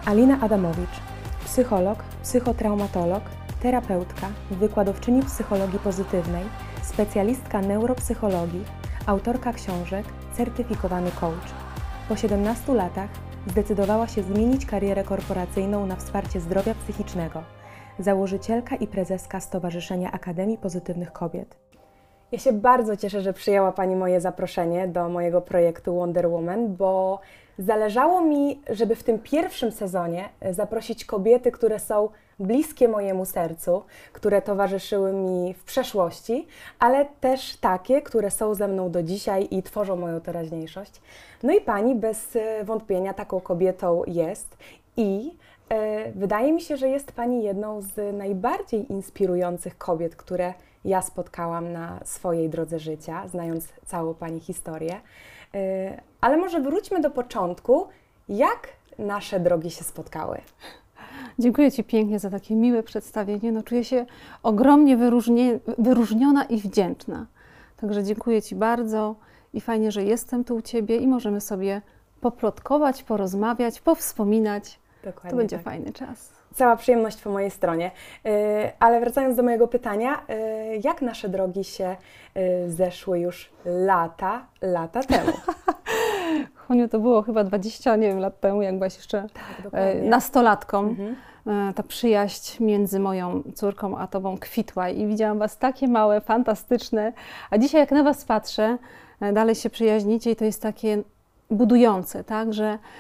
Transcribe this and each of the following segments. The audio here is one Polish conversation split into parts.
Alina Adamowicz, psycholog, psychotraumatolog, terapeutka, wykładowczyni psychologii pozytywnej, specjalistka neuropsychologii, autorka książek, certyfikowany coach. Po 17 latach zdecydowała się zmienić karierę korporacyjną na wsparcie zdrowia psychicznego. Założycielka i prezeska Stowarzyszenia Akademii Pozytywnych Kobiet. Ja się bardzo cieszę, że przyjęła Pani moje zaproszenie do mojego projektu Wonder Woman, bo zależało mi, żeby w tym pierwszym sezonie zaprosić kobiety, które są bliskie mojemu sercu, które towarzyszyły mi w przeszłości, ale też takie, które są ze mną do dzisiaj i tworzą moją teraźniejszość. No i Pani bez wątpienia taką kobietą jest i wydaje mi się, że jest Pani jedną z najbardziej inspirujących kobiet, które ja spotkałam na swojej drodze życia, znając całą Pani historię. Ale może wróćmy do początku. Jak nasze drogi się spotkały? Dziękuję Ci pięknie za takie miłe przedstawienie. No, czuję się ogromnie wyróżniona i wdzięczna. Także dziękuję Ci bardzo i fajnie, że jestem tu u Ciebie i możemy sobie poplotkować, porozmawiać, powspominać. Dokładnie to będzie tak. Fajny czas. Cała przyjemność po mojej stronie. Ale wracając do mojego pytania, jak nasze drogi się zeszły już lata temu? Honiu, to było chyba 20, nie wiem, lat temu, jak byłaś jeszcze nastolatką. Ta przyjaźń między moją córką a Tobą kwitła i widziałam Was takie małe, fantastyczne. A dzisiaj jak na Was patrzę, dalej się przyjaźnicie i to jest takie budujące, tak,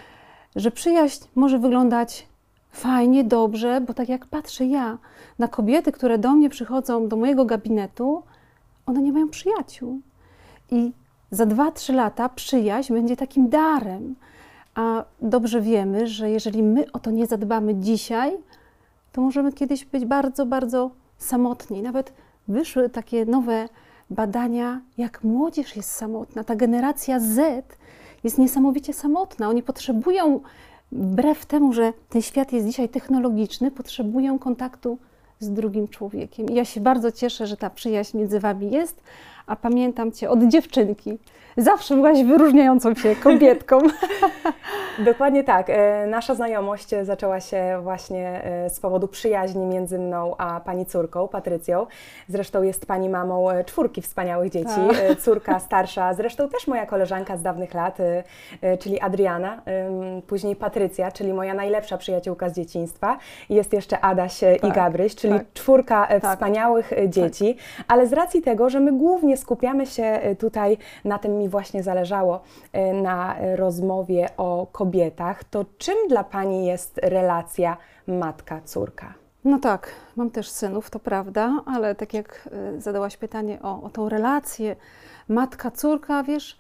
że przyjaźń może wyglądać fajnie, dobrze, bo tak jak patrzę ja na kobiety, które do mnie przychodzą, do mojego gabinetu, one nie mają przyjaciół. I za 2-3 lata przyjaźń będzie takim darem. A dobrze wiemy, że jeżeli my o to nie zadbamy dzisiaj, to możemy kiedyś być bardzo, bardzo samotni. Nawet wyszły takie nowe badania, jak młodzież jest samotna. Ta generacja Z jest niesamowicie samotna. Oni potrzebują, wbrew temu, że ten świat jest dzisiaj technologiczny, potrzebują kontaktu z drugim człowiekiem. I ja się bardzo cieszę, że ta przyjaźń między Wami jest, a pamiętam Cię od dziewczynki. Zawsze byłaś wyróżniającą się kobietką. Dokładnie tak. Nasza znajomość zaczęła się właśnie z powodu przyjaźni między mną a Pani córką, Patrycją. Zresztą jest Pani mamą 4 wspaniałych dzieci. Tak. Córka starsza, zresztą też moja koleżanka z dawnych lat, czyli Adriana, później Patrycja, czyli moja najlepsza przyjaciółka z dzieciństwa. Jest jeszcze Adaś i Gabryś, czyli 4 wspaniałych dzieci. Ale z racji tego, że my głównie skupiamy się tutaj, na tym mi właśnie zależało, na rozmowie o kobietach, to czym dla Pani jest relacja matka-córka? No tak, mam też synów, to prawda, ale tak jak zadałaś pytanie o tą relację matka-córka, wiesz,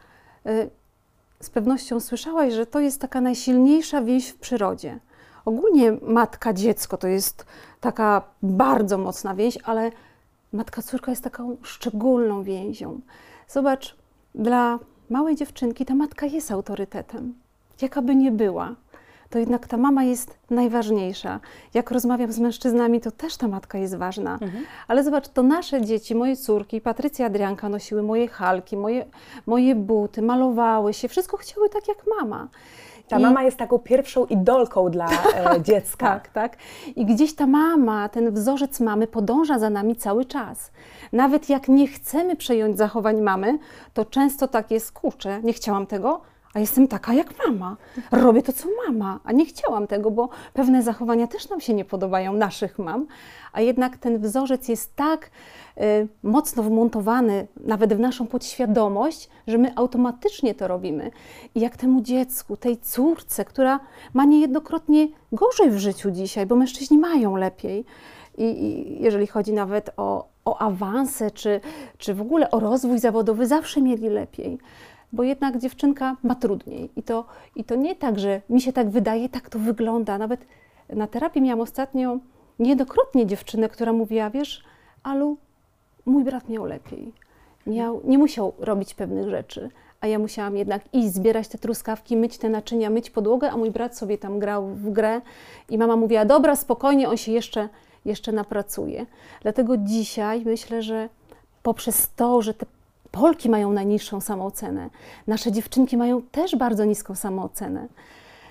z pewnością słyszałaś, że to jest taka najsilniejsza więź w przyrodzie. Ogólnie matka-dziecko to jest taka bardzo mocna więź, ale matka-córka jest taką szczególną więzią. Zobacz, dla małej dziewczynki ta matka jest autorytetem. Jaka by nie była, to jednak ta mama jest najważniejsza. Jak rozmawiam z mężczyznami, to też ta matka jest ważna. Ale zobacz, to nasze dzieci, moje córki, Patrycja, Adrianka nosiły moje halki, moje buty, malowały się, wszystko chciały tak jak mama. Mama jest taką pierwszą idolką dla dziecka. Tak. I gdzieś ta mama, ten wzorzec mamy podąża za nami cały czas. Nawet jak nie chcemy przejąć zachowań mamy, to często tak jest, kurczę, nie chciałam tego, a jestem taka jak mama. Robię to, co mama, a nie chciałam tego, bo pewne zachowania też nam się nie podobają, naszych mam. A jednak ten wzorzec jest tak mocno wmontowany nawet w naszą podświadomość, że my automatycznie to robimy. I jak temu dziecku, tej córce, która ma niejednokrotnie gorzej w życiu dzisiaj, bo mężczyźni mają lepiej. I jeżeli chodzi nawet o awanse, czy w ogóle o rozwój zawodowy, zawsze mieli lepiej. Bo jednak dziewczynka ma trudniej. I to nie tak, że mi się tak wydaje, tak to wygląda. Nawet na terapii miałam ostatnio niejednokrotnie dziewczynę, która mówiła, wiesz, Alu, mój brat miał lepiej. Nie musiał robić pewnych rzeczy, a ja musiałam jednak iść, zbierać te truskawki, myć te naczynia, myć podłogę, a mój brat sobie tam grał w grę i mama mówiła, dobra, spokojnie, on się jeszcze napracuje. Dlatego dzisiaj myślę, że poprzez to, że te Polki mają najniższą samoocenę, nasze dziewczynki mają też bardzo niską samoocenę,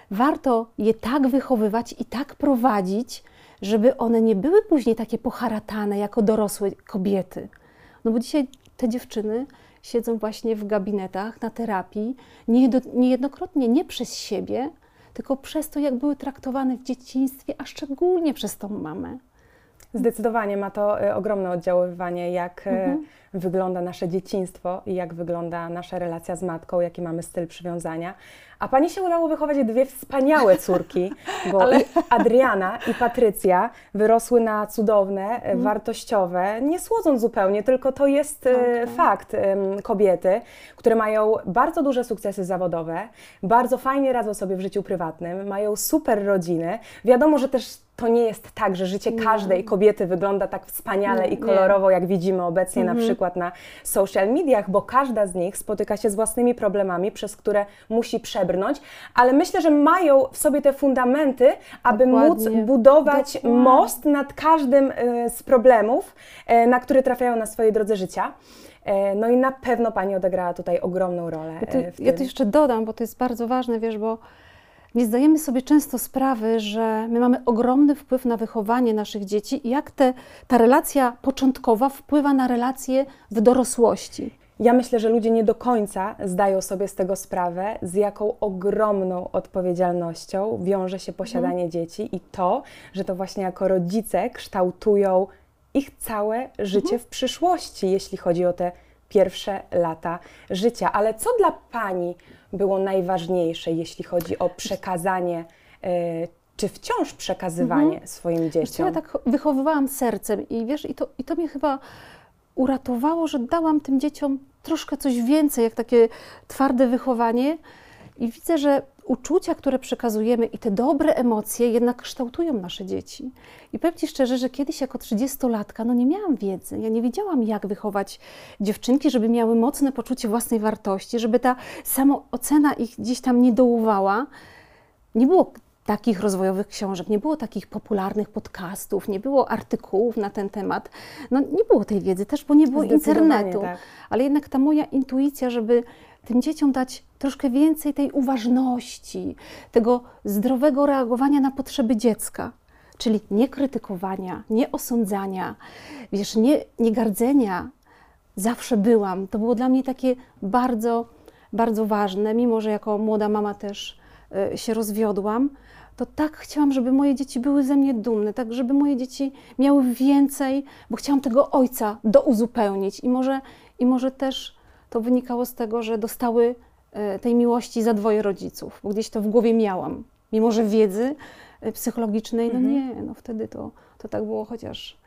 warto je tak wychowywać i tak prowadzić, żeby one nie były później takie poharatane jako dorosłe kobiety. No bo dzisiaj te dziewczyny siedzą właśnie w gabinetach na terapii, niejednokrotnie nie przez siebie, tylko przez to, jak były traktowane w dzieciństwie, a szczególnie przez tą mamę. Zdecydowanie ma to ogromne oddziaływanie, jak wygląda nasze dzieciństwo i jak wygląda nasza relacja z matką, jaki mamy styl przywiązania. A Pani się udało wychować dwie wspaniałe córki, bo i Adriana i Patrycja wyrosły na cudowne, wartościowe, nie słodząc zupełnie, tylko to jest fakt, kobiety, które mają bardzo duże sukcesy zawodowe, bardzo fajnie radzą sobie w życiu prywatnym, mają super rodziny. Wiadomo, że też to nie jest tak, że życie każdej kobiety wygląda tak wspaniale i kolorowo, jak widzimy obecnie na przykład na social mediach, bo każda z nich spotyka się z własnymi problemami, przez które musi przebrnąć, ale myślę, że mają w sobie te fundamenty, aby móc budować most nad każdym z problemów, na które trafiają na swojej drodze życia. No i na pewno Pani odegrała tutaj ogromną rolę w tym. Ja tu jeszcze dodam, bo to jest bardzo ważne, wiesz, bo nie zdajemy sobie często sprawy, że my mamy ogromny wpływ na wychowanie naszych dzieci i jak ta relacja początkowa wpływa na relacje w dorosłości. Ja myślę, że ludzie nie do końca zdają sobie z tego sprawę, z jaką ogromną odpowiedzialnością wiąże się posiadanie dzieci i to, że to właśnie jako rodzice kształtują ich całe życie w przyszłości, jeśli chodzi o te pierwsze lata życia. Ale co dla Pani było najważniejsze, jeśli chodzi o przekazanie, czy wciąż przekazywanie swoim dzieciom? Ja tak wychowywałam sercem i wiesz, i to mnie chyba uratowało, że dałam tym dzieciom troszkę coś więcej, jak takie twarde wychowanie i widzę, że uczucia, które przekazujemy i te dobre emocje jednak kształtują nasze dzieci. I powiem Ci szczerze, że kiedyś jako 30-latka nie miałam wiedzy, ja nie wiedziałam, jak wychować dziewczynki, żeby miały mocne poczucie własnej wartości, żeby ta samoocena ich gdzieś tam nie dołuwała. Nie było takich rozwojowych książek, nie było takich popularnych podcastów, nie było artykułów na ten temat. Nie było tej wiedzy też, bo nie było internetu. Tak. Ale jednak ta moja intuicja, żeby tym dzieciom dać troszkę więcej tej uważności, tego zdrowego reagowania na potrzeby dziecka, czyli nie krytykowania, nie osądzania, wiesz, nie gardzenia. Zawsze byłam. To było dla mnie takie bardzo, bardzo ważne, mimo że jako młoda mama też się rozwiodłam, to tak chciałam, żeby moje dzieci były ze mnie dumne, tak żeby moje dzieci miały więcej, bo chciałam tego ojca douzupełnić i może też to wynikało z tego, że dostały tej miłości za dwoje rodziców, bo gdzieś to w głowie miałam. Mimo że wiedzy psychologicznej, wtedy to tak było, chociaż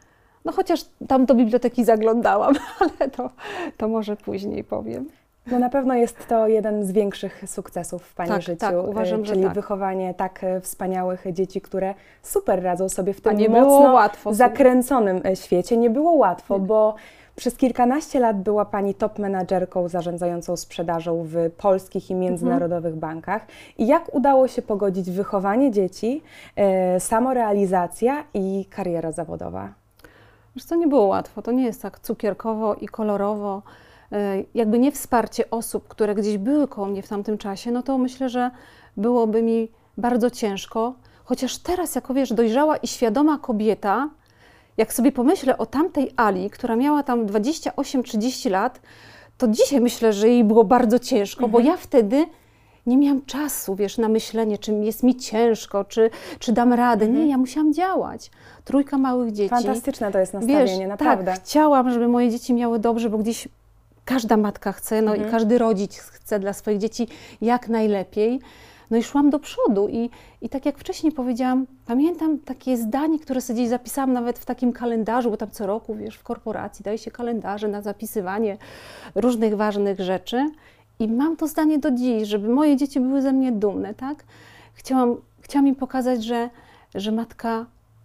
tam do biblioteki zaglądałam, ale to może później powiem. No na pewno jest to jeden z większych sukcesów w Pani życiu, uważam, czyli że wychowanie tak wspaniałych dzieci, które super radzą sobie w tym nie mocno było łatwo zakręconym świecie. Nie było łatwo, bo przez kilkanaście lat była Pani top menadżerką zarządzającą sprzedażą w polskich i międzynarodowych bankach. I jak udało się pogodzić wychowanie dzieci, samorealizacja i kariera zawodowa? Wiesz co, nie było łatwo, to nie jest tak cukierkowo i kolorowo. Jakby nie wsparcie osób, które gdzieś były koło mnie w tamtym czasie, to myślę, że byłoby mi bardzo ciężko. Chociaż teraz, jako wiesz, dojrzała i świadoma kobieta, jak sobie pomyślę o tamtej Ali, która miała tam 28-30 lat, to dzisiaj myślę, że jej było bardzo ciężko, bo ja wtedy nie miałam czasu, wiesz, na myślenie, czy jest mi ciężko, czy dam radę. Nie, ja musiałam działać. 3 małych dzieci. Fantastyczne to jest nastawienie, wiesz, naprawdę. Tak, chciałam, żeby moje dzieci miały dobrze, bo gdzieś każda matka chce, i każdy rodzic chce dla swoich dzieci jak najlepiej. I szłam do przodu i tak jak wcześniej powiedziałam, pamiętam takie zdanie, które sobie gdzieś zapisałam nawet w takim kalendarzu, bo tam co roku, wiesz, w korporacji daje się kalendarze na zapisywanie różnych ważnych rzeczy i mam to zdanie do dziś, żeby moje dzieci były ze mnie dumne, tak? Chciałam im pokazać, że matka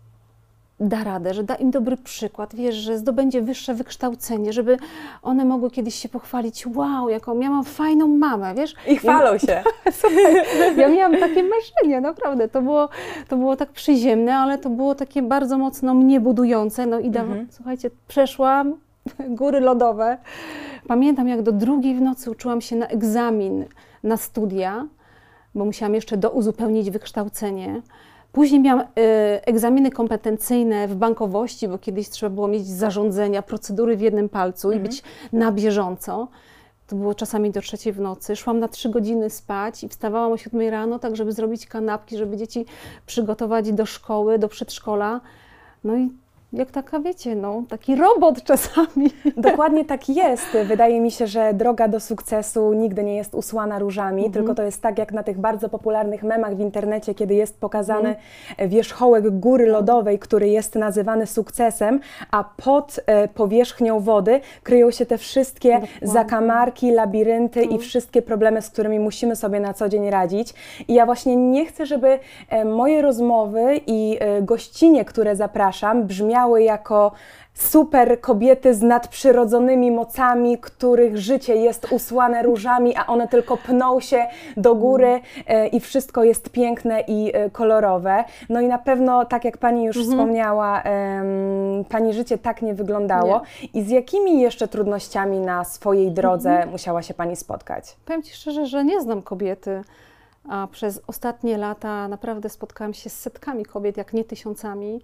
da radę, że da im dobry przykład, wiesz, że zdobędzie wyższe wykształcenie, żeby one mogły kiedyś się pochwalić, wow, jaką ja mam fajną mamę, wiesz. I chwalą się. Ja miałam takie marzenie, naprawdę, to było tak przyziemne, ale to było takie bardzo mocno mnie budujące, słuchajcie, przeszłam góry lodowe. Pamiętam, jak do 2:00 w nocy uczyłam się na egzamin, na studia, bo musiałam jeszcze douzupełnić wykształcenie. Później miałam egzaminy kompetencyjne w bankowości, bo kiedyś trzeba było mieć zarządzenia, procedury w jednym palcu i być na bieżąco. To było czasami do 3 w nocy. Szłam na 3 godziny spać i wstawałam o 7 rano, tak żeby zrobić kanapki, żeby dzieci przygotować do szkoły, do przedszkola. No i jak taka, wiecie, no, taki robot czasami. Dokładnie tak jest. Wydaje mi się, że droga do sukcesu nigdy nie jest usłana różami, tylko to jest tak jak na tych bardzo popularnych memach w internecie, kiedy jest pokazany wierzchołek góry lodowej, który jest nazywany sukcesem, a pod powierzchnią wody kryją się te wszystkie zakamarki, labirynty i wszystkie problemy, z którymi musimy sobie na co dzień radzić. I ja właśnie nie chcę, żeby moje rozmowy i gościnie, które zapraszam, brzmiały jako super kobiety z nadprzyrodzonymi mocami, których życie jest usłane różami, a one tylko pną się do góry i wszystko jest piękne i kolorowe. No i na pewno, tak jak Pani już wspomniała, Pani życie tak nie wyglądało. I z jakimi jeszcze trudnościami na swojej drodze musiała się Pani spotkać? Powiem Ci szczerze, że nie znam kobiety, a przez ostatnie lata naprawdę spotkałam się z setkami kobiet, jak nie tysiącami.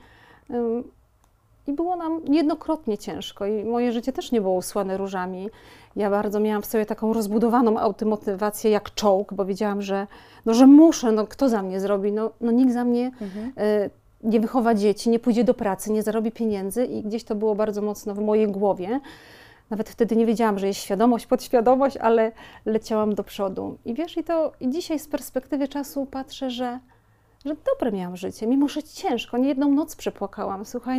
I było nam niejednokrotnie ciężko i moje życie też nie było usłane różami. Ja bardzo miałam w sobie taką rozbudowaną automatywację jak czołg, bo wiedziałam, że muszę, kto za mnie zrobi, nikt za mnie nie wychowa dzieci, nie pójdzie do pracy, nie zarobi pieniędzy i gdzieś to było bardzo mocno w mojej głowie. Nawet wtedy nie wiedziałam, że jest świadomość, podświadomość, ale leciałam do przodu. I wiesz, i dzisiaj z perspektywy czasu patrzę, że dobre miałam życie, mimo że ciężko, nie jedną noc przepłakałam, słuchaj,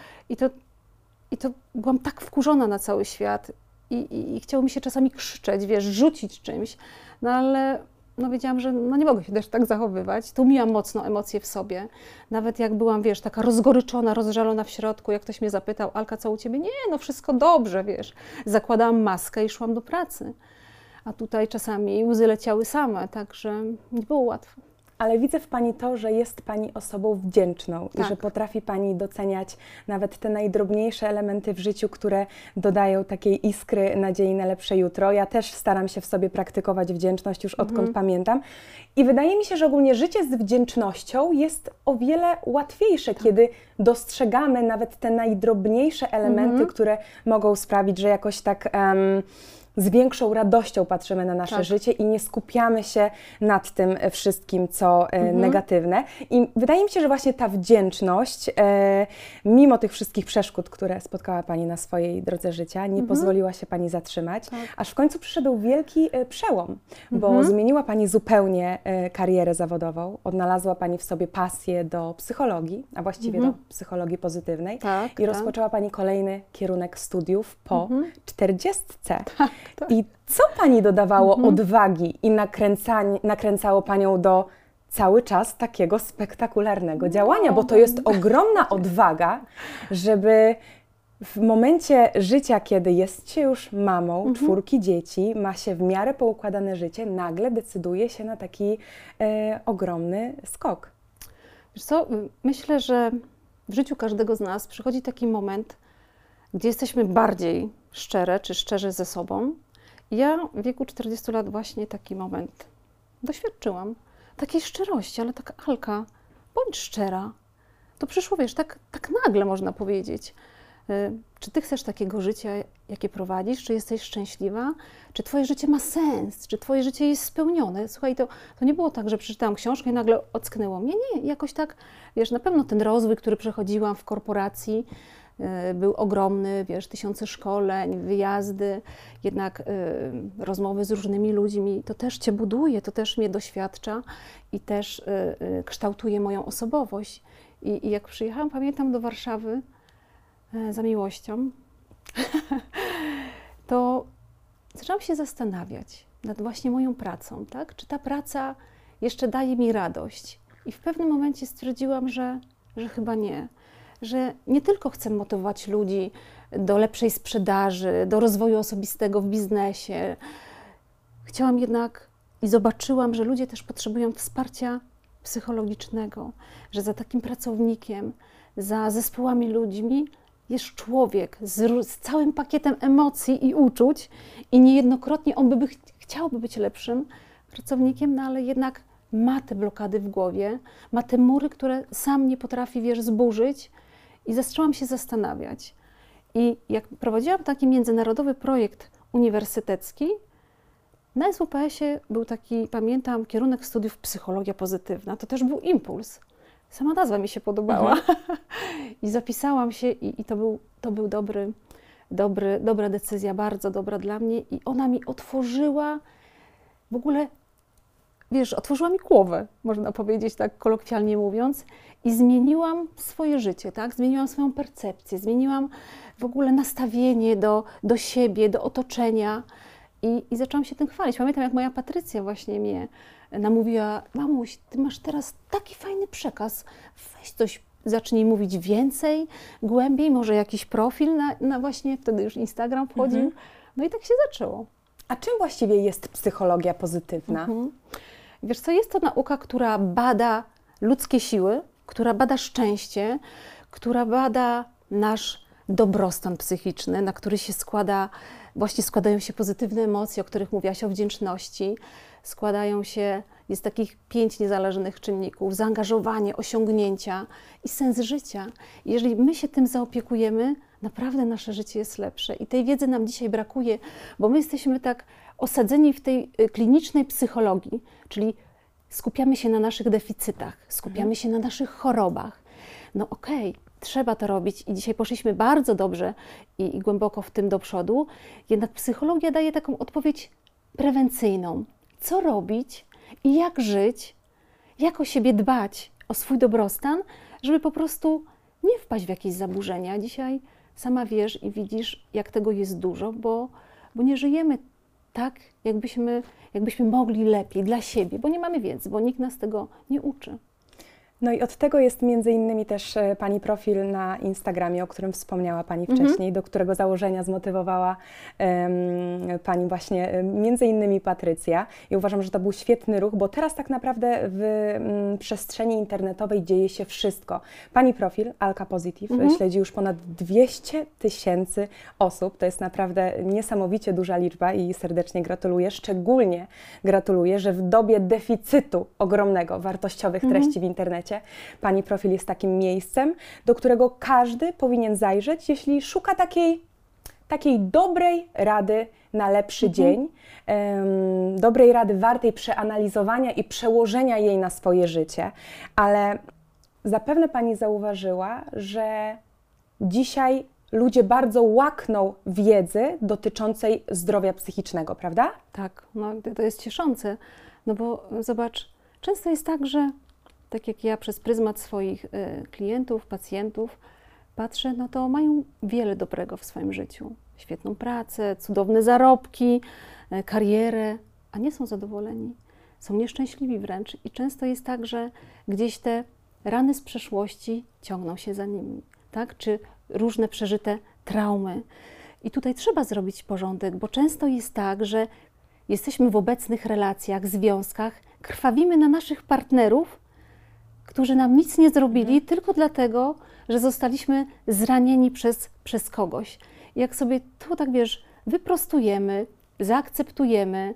i to byłam tak wkurzona na cały świat i chciało mi się czasami krzyczeć, wiesz, rzucić czymś, ale wiedziałam, że nie mogę się też tak zachowywać, tłumiłam mocno emocje w sobie, nawet jak byłam, wiesz, taka rozgoryczona, rozżalona w środku, jak ktoś mnie zapytał, Alka, co u Ciebie? Nie, wszystko dobrze, wiesz, zakładałam maskę i szłam do pracy, a tutaj czasami łzy leciały same, także nie było łatwo. Ale widzę w Pani to, że jest Pani osobą wdzięczną i że potrafi Pani doceniać nawet te najdrobniejsze elementy w życiu, które dodają takiej iskry nadziei na lepsze jutro. Ja też staram się w sobie praktykować wdzięczność już odkąd pamiętam. I wydaje mi się, że ogólnie życie z wdzięcznością jest o wiele łatwiejsze, kiedy dostrzegamy nawet te najdrobniejsze elementy, które mogą sprawić, że jakoś tak z większą radością patrzymy na nasze życie i nie skupiamy się nad tym wszystkim, co negatywne. I wydaje mi się, że właśnie ta wdzięczność, mimo tych wszystkich przeszkód, które spotkała Pani na swojej drodze życia, nie pozwoliła się Pani zatrzymać, aż w końcu przyszedł wielki przełom, bo zmieniła Pani zupełnie karierę zawodową, odnalazła Pani w sobie pasję do psychologii, a właściwie do psychologii pozytywnej i rozpoczęła Pani kolejny kierunek studiów po 40. I co Pani dodawało odwagi i nakręcało Panią do cały czas takiego spektakularnego działania? Bo to jest ogromna odwaga, żeby w momencie życia, kiedy jest się już mamą 4 dzieci, ma się w miarę poukładane życie, nagle decyduje się na taki ogromny skok. Wiesz co, myślę, że w życiu każdego z nas przychodzi taki moment, gdzie jesteśmy bardziej szczere czy szczerzy ze sobą. Ja w wieku 40 lat właśnie taki moment doświadczyłam. Takiej szczerości, ale tak, Alka, bądź szczera. To przyszło, wiesz, tak nagle można powiedzieć. Czy ty chcesz takiego życia, jakie prowadzisz? Czy jesteś szczęśliwa? Czy twoje życie ma sens? Czy twoje życie jest spełnione? Słuchaj, to nie było tak, że przeczytałam książkę i nagle ocknęło mnie. Nie, jakoś tak, wiesz, na pewno ten rozwój, który przechodziłam w korporacji, był ogromny, wiesz, 1000 szkoleń, wyjazdy, jednak rozmowy z różnymi ludźmi, to też Cię buduje, to też mnie doświadcza i też kształtuje moją osobowość. I jak przyjechałam, pamiętam, do Warszawy za miłością, to zaczęłam się zastanawiać nad właśnie moją pracą, tak? Czy ta praca jeszcze daje mi radość? I w pewnym momencie stwierdziłam, że chyba nie. Że nie tylko chcę motywować ludzi do lepszej sprzedaży, do rozwoju osobistego w biznesie. Chciałam jednak i zobaczyłam, że ludzie też potrzebują wsparcia psychologicznego, że za takim pracownikiem, za zespołami ludźmi jest człowiek z całym pakietem emocji i uczuć i niejednokrotnie on chciałby być lepszym pracownikiem, no ale jednak ma te blokady w głowie, ma te mury, które sam nie potrafi, wiesz, zburzyć i zaczęłam się zastanawiać. I jak prowadziłam taki międzynarodowy projekt uniwersytecki, na SWPS-ie był taki, pamiętam, kierunek studiów psychologia pozytywna. To też był impuls. Sama nazwa mi się podobała. I zapisałam się i to był dobra decyzja, bardzo dobra dla mnie. I ona mi otworzyła w ogóle, wiesz, otworzyła mi głowę, można powiedzieć tak kolokwialnie mówiąc. I zmieniłam swoje życie, tak? Zmieniłam swoją percepcję, zmieniłam w ogóle nastawienie do siebie, do otoczenia. I zaczęłam się tym chwalić. Pamiętam, jak moja Patrycja właśnie mnie namówiła: mamuś, ty masz teraz taki fajny przekaz, weź coś, zacznij mówić więcej, głębiej, może jakiś profil na właśnie, wtedy już Instagram wchodził. No i tak się zaczęło. A czym właściwie jest psychologia pozytywna? Wiesz co, jest to nauka, która bada ludzkie siły, która bada szczęście, która bada nasz dobrostan psychiczny, na który się składają się pozytywne emocje, o których mówiłaś, o wdzięczności. Jest takich 5 niezależnych czynników: zaangażowanie, osiągnięcia i sens życia. I jeżeli my się tym zaopiekujemy, naprawdę nasze życie jest lepsze. I tej wiedzy nam dzisiaj brakuje, bo my jesteśmy tak osadzeni w tej klinicznej psychologii, czyli skupiamy się na naszych deficytach, skupiamy się na naszych chorobach. No okej, trzeba to robić i dzisiaj poszliśmy bardzo dobrze i głęboko w tym do przodu, jednak psychologia daje taką odpowiedź prewencyjną. Co robić i jak żyć, jak o siebie dbać, o swój dobrostan, żeby po prostu nie wpaść w jakieś zaburzenia. Dzisiaj sama wiesz i widzisz, jak tego jest dużo, bo nie żyjemy tak, jakbyśmy mogli lepiej dla siebie, bo nie mamy wiedzy, bo nikt nas tego nie uczy. No i od tego jest między innymi też Pani profil na Instagramie, o którym wspomniała Pani wcześniej, do którego założenia zmotywowała Pani właśnie między innymi Patrycja. I uważam, że to był świetny ruch, bo teraz tak naprawdę w przestrzeni internetowej dzieje się wszystko. Pani profil, Alka Positive, śledzi już ponad 200 000 osób. To jest naprawdę niesamowicie duża liczba i serdecznie gratuluję. Szczególnie gratuluję, że w dobie deficytu ogromnego wartościowych treści w internecie Pani profil jest takim miejscem, do którego każdy powinien zajrzeć, jeśli szuka takiej dobrej rady na lepszy dzień, dobrej rady wartej przeanalizowania i przełożenia jej na swoje życie. Ale zapewne Pani zauważyła, że dzisiaj ludzie bardzo łakną wiedzy dotyczącej zdrowia psychicznego, prawda? Tak, no to jest cieszące, no bo zobacz, często jest tak, że tak jak ja przez pryzmat swoich klientów, pacjentów patrzę, no to mają wiele dobrego w swoim życiu. Świetną pracę, cudowne zarobki, karierę, a nie są zadowoleni. Są nieszczęśliwi wręcz i często jest tak, że gdzieś te rany z przeszłości ciągną się za nimi, tak? Czy różne przeżyte traumy. I tutaj trzeba zrobić porządek, bo często jest tak, że jesteśmy w obecnych relacjach, związkach, krwawimy na naszych partnerów, którzy nam nic nie zrobili tylko dlatego, że zostaliśmy zranieni przez kogoś. I jak sobie to tak, wiesz, wyprostujemy, zaakceptujemy,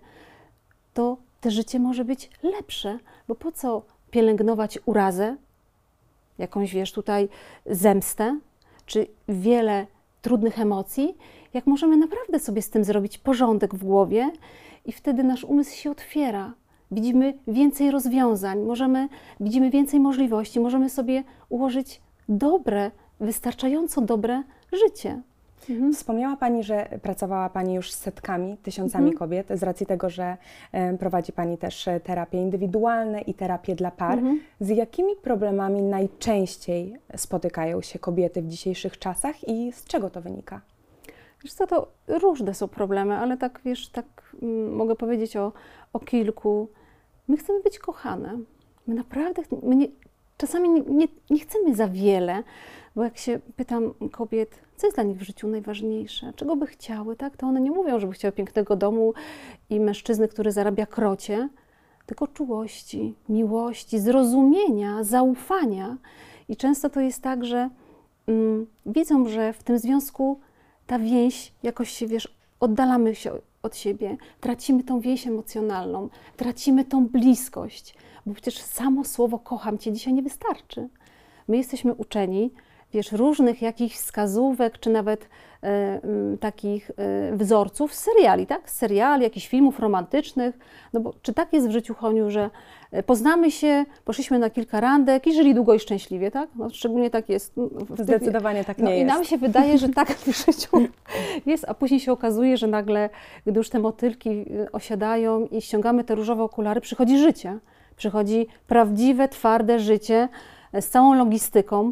to te życie może być lepsze, bo po co pielęgnować urazę, jakąś, wiesz, tutaj zemstę, czy wiele trudnych emocji, jak możemy naprawdę sobie z tym zrobić porządek w głowie i wtedy nasz umysł się otwiera. Widzimy więcej rozwiązań, widzimy więcej możliwości, możemy sobie ułożyć dobre, wystarczająco dobre życie. Wspomniała Pani, że pracowała Pani już z setkami, tysiącami kobiet, z racji tego, że prowadzi Pani też terapie indywidualne i terapie dla par. Z jakimi problemami najczęściej spotykają się kobiety w dzisiejszych czasach i z czego to wynika? Wiesz co, to różne są problemy, ale tak, wiesz, mogę powiedzieć o kilku. My chcemy być kochane. My naprawdę, czasami nie chcemy za wiele, bo jak się pytam kobiet, co jest dla nich w życiu najważniejsze, czego by chciały, tak, to one nie mówią, żeby chciały pięknego domu i mężczyzny, który zarabia krocie, tylko czułości, miłości, zrozumienia, zaufania. I często to jest tak, że wiedzą, że w tym związku ta więź jakoś się, wiesz, oddalamy się od siebie, tracimy tą więź emocjonalną, tracimy tą bliskość, bo przecież samo słowo kocham Cię dzisiaj nie wystarczy. My jesteśmy uczeni, wiesz, różnych jakichś wskazówek, czy nawet takich wzorców z seriali, tak? Z seriali, jakichś filmów romantycznych. No bo czy tak jest w życiu, Honiu, że poznamy się, poszliśmy na kilka randek i żyli długo i szczęśliwie, tak? No, szczególnie tak jest. Zdecydowanie tak nie jest. I nam się wydaje, że tak w życiu jest, a później się okazuje, że nagle, gdy już te motylki osiadają i ściągamy te różowe okulary, przychodzi życie. Przychodzi prawdziwe, twarde życie z całą logistyką,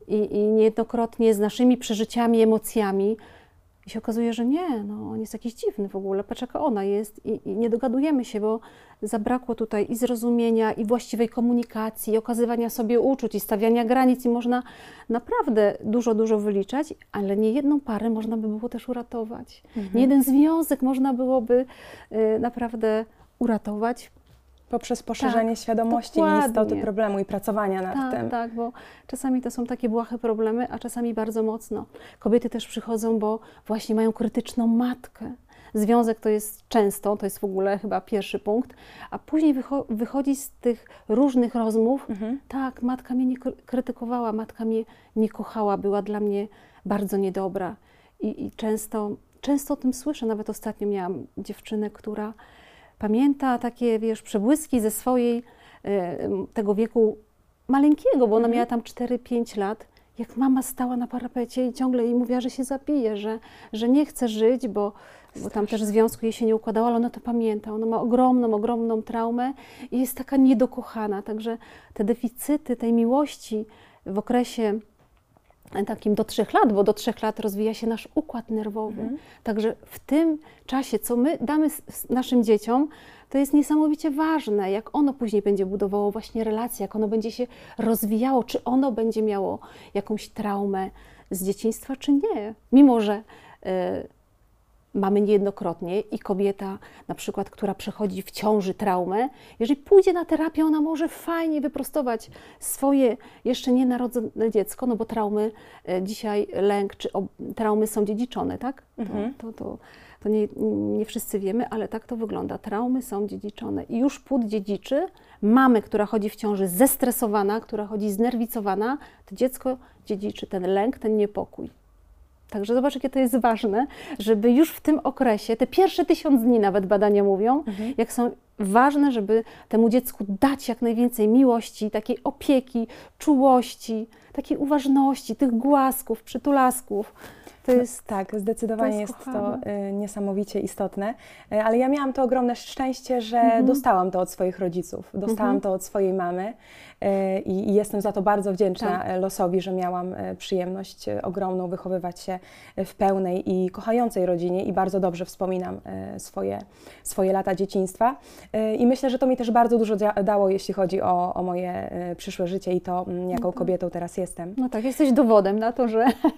i niejednokrotnie z naszymi przeżyciami, emocjami. I się okazuje, że nie, no on jest jakiś dziwny w ogóle, patrz jaka ona jest i nie dogadujemy się, bo zabrakło tutaj i zrozumienia, i właściwej komunikacji, i okazywania sobie uczuć, i stawiania granic i można naprawdę dużo wyliczać, ale nie jedną parę można by było też uratować. Nie jeden związek można byłoby naprawdę uratować. Poprzez poszerzenie świadomości i istoty problemu i pracowania nad tym. Tak, bo czasami to są takie błahe problemy, a czasami bardzo mocno. Kobiety też przychodzą, bo właśnie mają krytyczną matkę. Związek to jest często, to jest w ogóle chyba pierwszy punkt, a później wychodzi z tych różnych rozmów, tak, matka mnie nie krytykowała, matka mnie nie kochała, była dla mnie bardzo niedobra. I często o tym słyszę, nawet ostatnio miałam dziewczynę, która pamięta takie, wiesz, przebłyski ze swojej, tego wieku maleńkiego, bo ona miała tam 4-5 lat, jak mama stała na parapecie i ciągle jej mówiła, że się zabije, że nie chce żyć, bo tam też w związku jej się nie układało, ale ona to pamięta. Ona ma ogromną traumę i jest taka niedokochana. Także te deficyty tej miłości w okresie takim do 3 lat, bo do 3 lat rozwija się nasz układ nerwowy. Także w tym czasie, co my damy naszym dzieciom, to jest niesamowicie ważne, jak ono później będzie budowało właśnie relacje, jak ono będzie się rozwijało, czy ono będzie miało jakąś traumę z dzieciństwa, czy nie. Mimo że mamy niejednokrotnie i kobieta, na przykład, która przechodzi w ciąży traumę, jeżeli pójdzie na terapię, ona może fajnie wyprostować swoje jeszcze nienarodzone dziecko, no bo traumy, dzisiaj lęk czy traumy są dziedziczone, tak? To nie wszyscy wiemy, ale tak to wygląda. Traumy są dziedziczone i już płód dziedziczy mamy, która chodzi w ciąży zestresowana, która chodzi znerwicowana, to dziecko dziedziczy ten lęk, ten niepokój. Także zobacz, jakie to jest ważne, żeby już w tym okresie, te pierwsze 1000 dni nawet badania mówią, jak są ważne, żeby temu dziecku dać jak najwięcej miłości, takiej opieki, czułości, takiej uważności, tych głasków, przytulasków. To jest, tak, zdecydowanie jest to niesamowicie istotne, ale ja miałam to ogromne szczęście, że dostałam to od swoich rodziców, dostałam to od swojej mamy i jestem za to bardzo wdzięczna losowi, że miałam przyjemność ogromną wychowywać się w pełnej i kochającej rodzinie i bardzo dobrze wspominam swoje lata dzieciństwa i myślę, że to mi też bardzo dużo dało, jeśli chodzi o moje przyszłe życie i to, jaką kobietą teraz jestem. No tak, jesteś dowodem na to,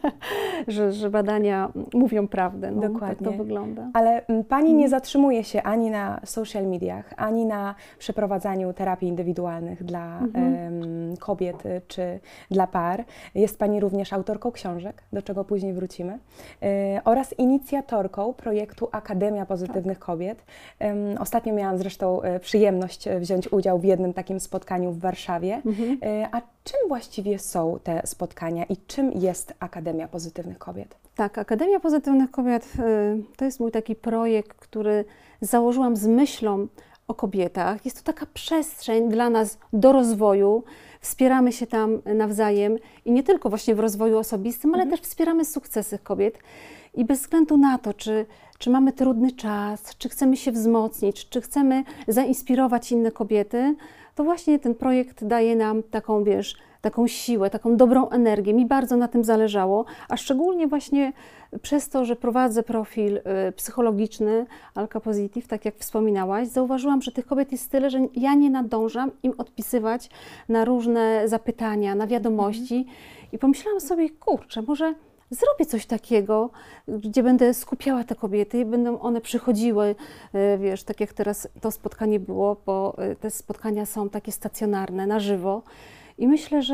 że badania mówią prawdę. No, dokładnie. Tak to wygląda. Ale Pani nie zatrzymuje się ani na social mediach, ani na przeprowadzaniu terapii indywidualnych dla kobiet czy dla par. Jest Pani również autorką książek, do czego później wrócimy, oraz inicjatorką projektu Akademia Pozytywnych Kobiet. Ostatnio miałam zresztą przyjemność wziąć udział w jednym takim spotkaniu w Warszawie. A czym właściwie są te spotkania i czym jest Akademia Pozytywnych Kobiet? Tak, Akademia Pozytywnych Kobiet to jest mój taki projekt, który założyłam z myślą o kobietach. Jest to taka przestrzeń dla nas do rozwoju. Wspieramy się tam nawzajem i nie tylko właśnie w rozwoju osobistym, ale też wspieramy sukcesy kobiet. I bez względu na to, czy mamy trudny czas, czy chcemy się wzmocnić, czy chcemy zainspirować inne kobiety, to właśnie ten projekt daje nam taką, wiesz, taką siłę, taką dobrą energię. Mi bardzo na tym zależało, a szczególnie właśnie przez to, że prowadzę profil psychologiczny Alka Positive, tak jak wspominałaś, zauważyłam, że tych kobiet jest tyle, że ja nie nadążam im odpisywać na różne zapytania, na wiadomości i pomyślałam sobie, kurczę, może zrobię coś takiego, gdzie będę skupiała te kobiety i będą one przychodziły, wiesz, tak jak teraz to spotkanie było, bo te spotkania są takie stacjonarne, na żywo. I myślę, że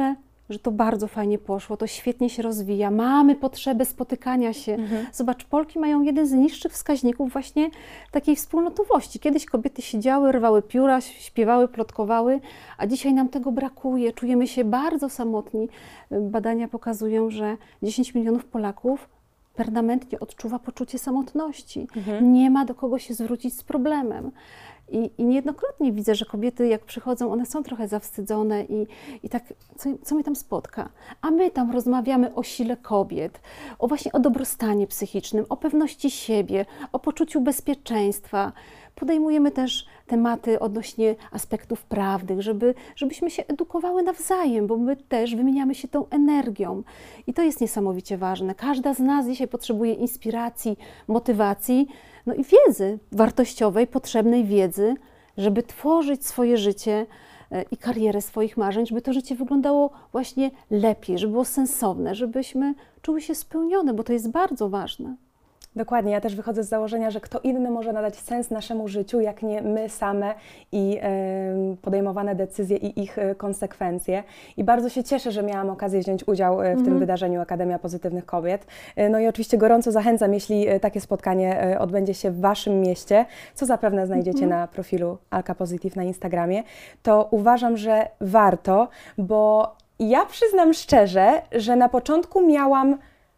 że to bardzo fajnie poszło, to świetnie się rozwija, mamy potrzebę spotykania się. Zobacz, Polki mają jeden z niższych wskaźników właśnie takiej wspólnotowości. Kiedyś kobiety siedziały, rwały pióra, śpiewały, plotkowały, a dzisiaj nam tego brakuje, czujemy się bardzo samotni. Badania pokazują, że 10 milionów Polaków permanentnie odczuwa poczucie samotności. Nie ma do kogo się zwrócić z problemem. I niejednokrotnie widzę, że kobiety jak przychodzą, one są trochę zawstydzone i tak, co mnie tam spotka? A my tam rozmawiamy o sile kobiet, właśnie o dobrostanie psychicznym, o pewności siebie, o poczuciu bezpieczeństwa. Podejmujemy też tematy odnośnie aspektów prawnych, żebyśmy się edukowały nawzajem, bo my też wymieniamy się tą energią. I to jest niesamowicie ważne. Każda z nas dzisiaj potrzebuje inspiracji, motywacji, no i wiedzy wartościowej, potrzebnej wiedzy, żeby tworzyć swoje życie i karierę swoich marzeń, żeby to życie wyglądało właśnie lepiej, żeby było sensowne, żebyśmy czuły się spełnione, bo to jest bardzo ważne. Dokładnie, ja też wychodzę z założenia, że kto inny może nadać sens naszemu życiu, jak nie my same i podejmowane decyzje i ich konsekwencje. I bardzo się cieszę, że miałam okazję wziąć udział w tym wydarzeniu Akademia Pozytywnych Kobiet. No i oczywiście gorąco zachęcam, jeśli takie spotkanie odbędzie się w Waszym mieście, co zapewne znajdziecie na profilu Alka Positive na Instagramie, to uważam, że warto, bo ja przyznam szczerze, że na początku miałam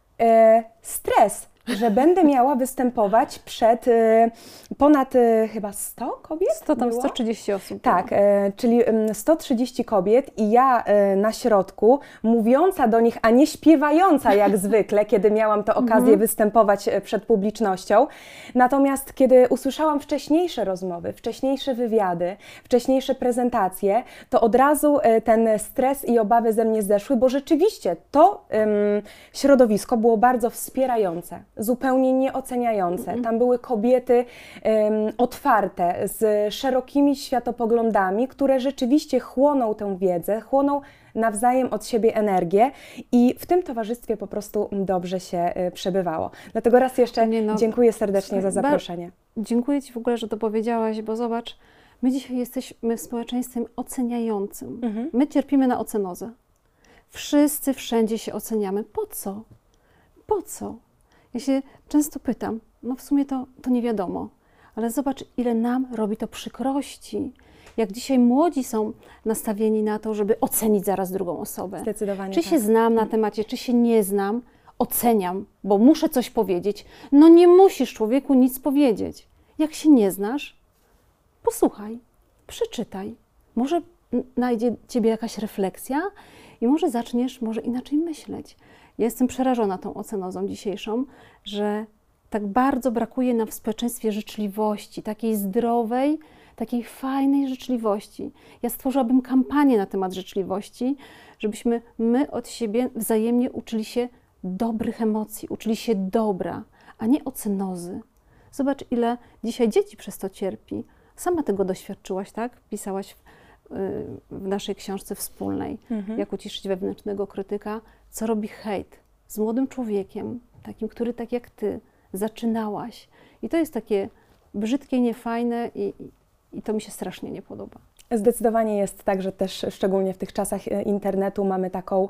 stres, że będę miała występować przed ponad chyba 100 kobiet? 100 tam 130 osób. Tak, czyli 130 kobiet i ja na środku, mówiąca do nich, a nie śpiewająca jak zwykle, kiedy miałam tę okazję występować przed publicznością. Natomiast kiedy usłyszałam wcześniejsze rozmowy, wcześniejsze wywiady, wcześniejsze prezentacje, to od razu ten stres i obawy ze mnie zeszły, bo rzeczywiście to środowisko było bardzo wspierające, zupełnie nieoceniające. Tam były kobiety otwarte, z szerokimi światopoglądami, które rzeczywiście chłoną tę wiedzę, chłoną nawzajem od siebie energię i w tym towarzystwie po prostu dobrze się przebywało. Dlatego raz jeszcze dziękuję serdecznie za zaproszenie. Dziękuję Ci w ogóle, że to powiedziałaś, bo zobacz, my dzisiaj jesteśmy społeczeństwem oceniającym. My cierpimy na ocenozę. Wszyscy wszędzie się oceniamy. Po co? Po co? Ja się często pytam, no w sumie to nie wiadomo, ale zobacz, ile nam robi to przykrości. Jak dzisiaj młodzi są nastawieni na to, żeby ocenić zaraz drugą osobę. Zdecydowanie Czy tak. się znam na temacie, czy się nie znam, oceniam, bo muszę coś powiedzieć. No nie musisz, człowieku, nic powiedzieć. Jak się nie znasz, posłuchaj, przeczytaj. Może najdzie Ciebie jakaś refleksja i może zaczniesz inaczej myśleć. Ja jestem przerażona tą ocenozą dzisiejszą, że tak bardzo brakuje nam w społeczeństwie życzliwości, takiej zdrowej, takiej fajnej życzliwości. Ja stworzyłabym kampanię na temat życzliwości, żebyśmy my od siebie wzajemnie uczyli się dobrych emocji, uczyli się dobra, a nie ocenozy. Zobacz, ile dzisiaj dzieci przez to cierpi. Sama tego doświadczyłaś, tak? Pisałaś w naszej książce wspólnej, jak uciszyć wewnętrznego krytyka, co robi hejt z młodym człowiekiem, takim, który tak jak ty zaczynałaś. I to jest takie brzydkie, niefajne i to mi się strasznie nie podoba. Zdecydowanie jest tak, że też szczególnie w tych czasach internetu mamy taką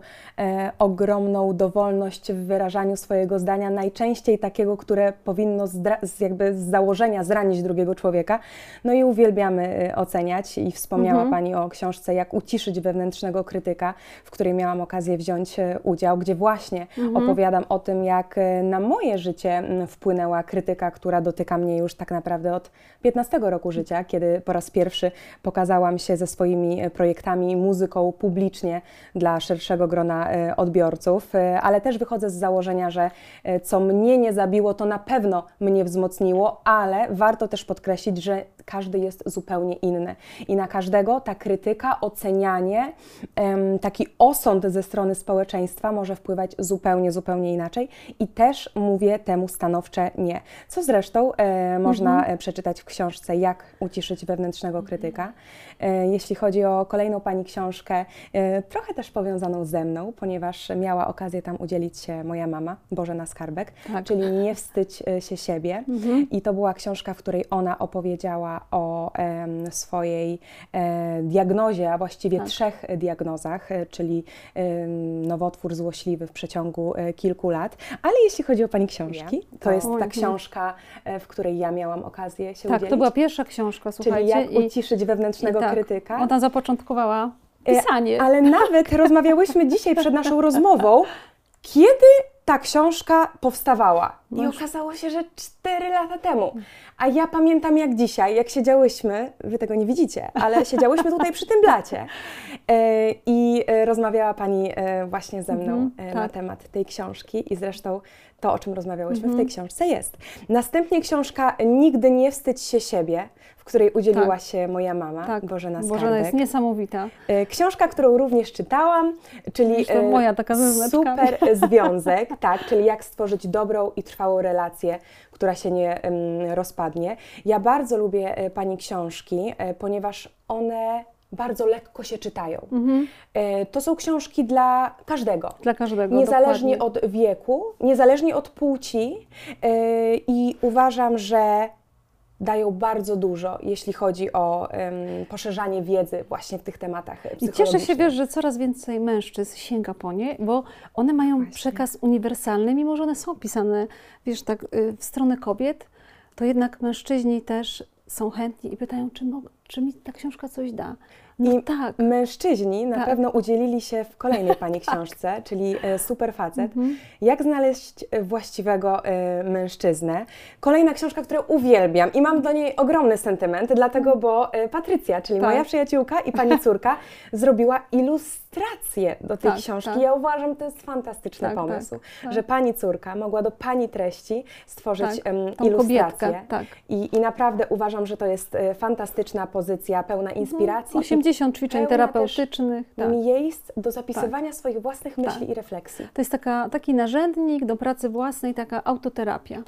ogromną dowolność w wyrażaniu swojego zdania, najczęściej takiego, które powinno jakby z założenia zranić drugiego człowieka. No i uwielbiamy oceniać i wspomniała Pani o książce Jak uciszyć wewnętrznego krytyka, w której miałam okazję wziąć udział, gdzie właśnie opowiadam o tym, jak na moje życie wpłynęła krytyka, która dotyka mnie już tak naprawdę od 15 roku życia, kiedy po raz pierwszy pokazałam się ze swoimi projektami, muzyką publicznie dla szerszego grona odbiorców, ale też wychodzę z założenia, że co mnie nie zabiło, to na pewno mnie wzmocniło, ale warto też podkreślić, że każdy jest zupełnie inny i na każdego ta krytyka, ocenianie, taki osąd ze strony społeczeństwa może wpływać zupełnie inaczej i też mówię temu stanowcze nie. Co zresztą można przeczytać w książce Jak uciszyć wewnętrznego krytyka. Jeśli chodzi o kolejną Pani książkę, trochę też powiązaną ze mną, ponieważ miała okazję tam udzielić się moja mama, Bożena Skarbek, czyli Nie wstydź się siebie. I to była książka, w której ona opowiedziała o swojej diagnozie, a właściwie 3 diagnozach, czyli nowotwór złośliwy w przeciągu kilku lat. Ale jeśli chodzi o Pani książki, to jest ta książka, w której ja miałam okazję się udzielić. Tak, to była pierwsza książka, słuchajcie. Czyli jak uciszyć wewnętrznego krytyka. Ona zapoczątkowała pisanie. Ale nawet rozmawiałyśmy dzisiaj przed naszą rozmową, kiedy ta książka powstawała. I okazało się, że 4 lata temu. A ja pamiętam jak dzisiaj, jak siedziałyśmy, wy tego nie widzicie, ale siedziałyśmy tutaj przy tym blacie. I rozmawiała Pani właśnie ze mną na temat tej książki i zresztą to, o czym rozmawiałyśmy w tej książce jest. Następnie książka Nigdy nie wstydź się siebie, w której udzieliła się moja mama, Bożena Skarbek. Bożena jest niesamowita. Książka, którą również czytałam, czyli moja taka Super związek, tak, czyli jak stworzyć dobrą i trwałą relację, która się nie rozpadnie. Ja bardzo lubię Pani książki, ponieważ one bardzo lekko się czytają. To są książki dla każdego. Dla każdego, niezależnie dokładnie. od wieku, niezależnie od płci i uważam, że dają bardzo dużo, jeśli chodzi o poszerzanie wiedzy właśnie w tych tematach psychologicznych. I cieszę się, wiesz, że coraz więcej mężczyzn sięga po nie, bo one mają przekaz uniwersalny, mimo że one są pisane, wiesz, tak w stronę kobiet, to jednak mężczyźni też są chętni i pytają, czy mi ta książka coś da. No I mężczyźni na pewno udzielili się w kolejnej Pani książce, czyli Super facet. Jak znaleźć właściwego mężczyznę. Kolejna książka, którą uwielbiam i mam do niej ogromny sentyment, dlatego, bo Patrycja, czyli moja przyjaciółka i Pani córka, zrobiła ilustrację do tej książki. Ja uważam, że to jest fantastyczny pomysł, że Pani córka mogła do Pani treści stworzyć ilustrację. I naprawdę uważam, że to jest fantastyczna pozycja, pełna inspiracji. 80 ćwiczeń terapeutycznych. Miejsc do zapisywania swoich własnych myśli i refleksji. To jest taki narzędnik do pracy własnej, taka autoterapia.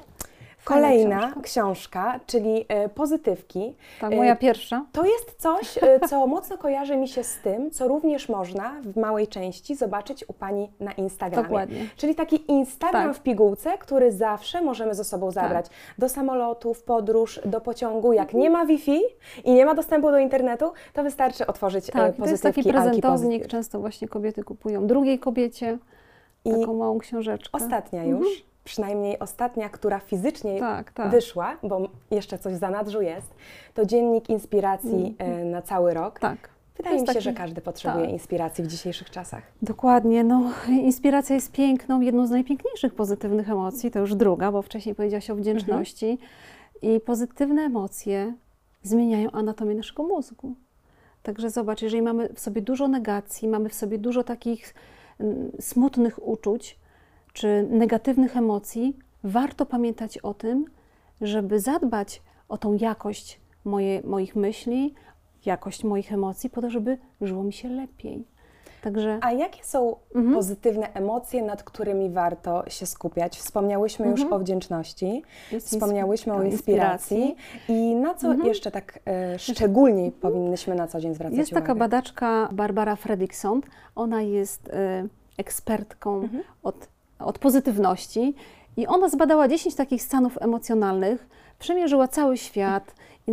Kolejna książka, czyli Pozytywki. Tak, moja pierwsza. To jest coś, co mocno kojarzy mi się z tym, co również można w małej części zobaczyć u Pani na Instagramie. Dokładnie. Czyli taki Instagram w pigułce, który zawsze możemy ze sobą zabrać do samolotu, w podróż, do pociągu. Jak nie ma Wi-Fi i nie ma dostępu do internetu, to wystarczy otworzyć Pozytywki. To jest taki prezentownik, często właśnie kobiety kupują drugiej kobiecie taką małą książeczkę. Ostatnia już. Przynajmniej ostatnia, która fizycznie wyszła, bo jeszcze coś w zanadrzu jest, to dziennik inspiracji na cały rok. Wydaje mi się, że każdy potrzebuje inspiracji w dzisiejszych czasach. Dokładnie. No, inspiracja jest piękną, jedną z najpiękniejszych pozytywnych emocji, to już druga, bo wcześniej powiedziałaś o wdzięczności. I pozytywne emocje zmieniają anatomię naszego mózgu. Także zobacz, jeżeli mamy w sobie dużo negacji, mamy w sobie dużo takich smutnych uczuć, czy negatywnych emocji, warto pamiętać o tym, żeby zadbać o tą jakość moich myśli, jakość moich emocji, po to, żeby żyło mi się lepiej. Także... A jakie są pozytywne emocje, nad którymi warto się skupiać? Wspomniałyśmy już o wdzięczności, wspomniałyśmy o inspiracji. I na co jeszcze tak szczególnie powinnyśmy na co dzień zwracać uwagę? Jest taka badaczka Barbara Fredrickson, ona jest ekspertką od pozytywności i ona zbadała 10 takich stanów emocjonalnych, przemierzyła cały świat i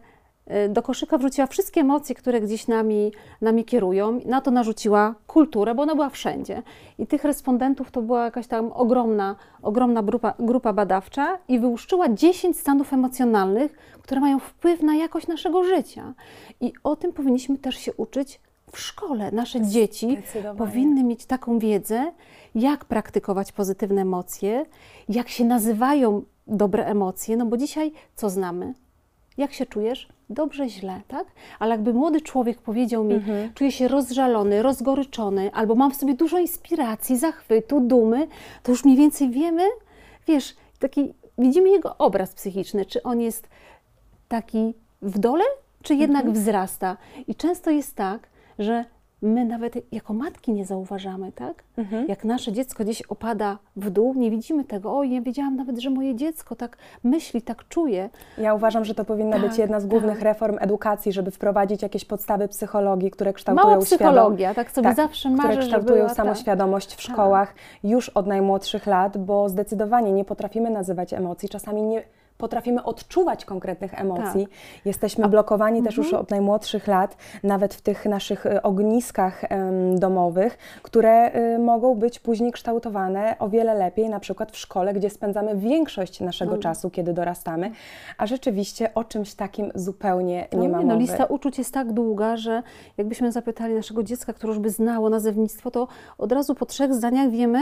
do koszyka wrzuciła wszystkie emocje, które gdzieś nami kierują, na to narzuciła kulturę, bo ona była wszędzie. I tych respondentów to była jakaś tam ogromna grupa badawcza i wyłuszczyła 10 stanów emocjonalnych, które mają wpływ na jakość naszego życia. I o tym powinniśmy też się uczyć w szkole. Nasze dzieci powinny mieć taką wiedzę, jak praktykować pozytywne emocje, jak się nazywają dobre emocje, no bo dzisiaj co znamy? Jak się czujesz? Dobrze, źle, tak? Ale jakby młody człowiek powiedział mi, czuję się rozżalony, rozgoryczony, albo mam w sobie dużo inspiracji, zachwytu, dumy, to już mniej więcej wiemy, wiesz, widzimy jego obraz psychiczny, czy on jest taki w dole, czy jednak wzrasta. I często jest tak, że my nawet jako matki nie zauważamy, tak? Jak nasze dziecko gdzieś opada w dół, nie widzimy tego. Oj, nie wiedziałam nawet, że moje dziecko tak myśli, tak czuje. Ja uważam, że to powinna być jedna z głównych reform edukacji, żeby wprowadzić jakieś podstawy psychologii, które kształtują mała psychologia, tak sobie zawsze marzę, które kształtują samoświadomość w szkołach już od najmłodszych lat, bo zdecydowanie nie potrafimy nazywać emocji. Czasami nie potrafimy odczuwać konkretnych emocji. Jesteśmy blokowani też już od najmłodszych lat, nawet w tych naszych ogniskach domowych, które mogą być później kształtowane o wiele lepiej, na przykład w szkole, gdzie spędzamy większość naszego czasu, kiedy dorastamy, a rzeczywiście o czymś takim zupełnie nie ma mowy. Lista uczuć jest tak długa, że jakbyśmy zapytali naszego dziecka, które już by znało nazewnictwo, to od razu po 3 zdaniach wiemy,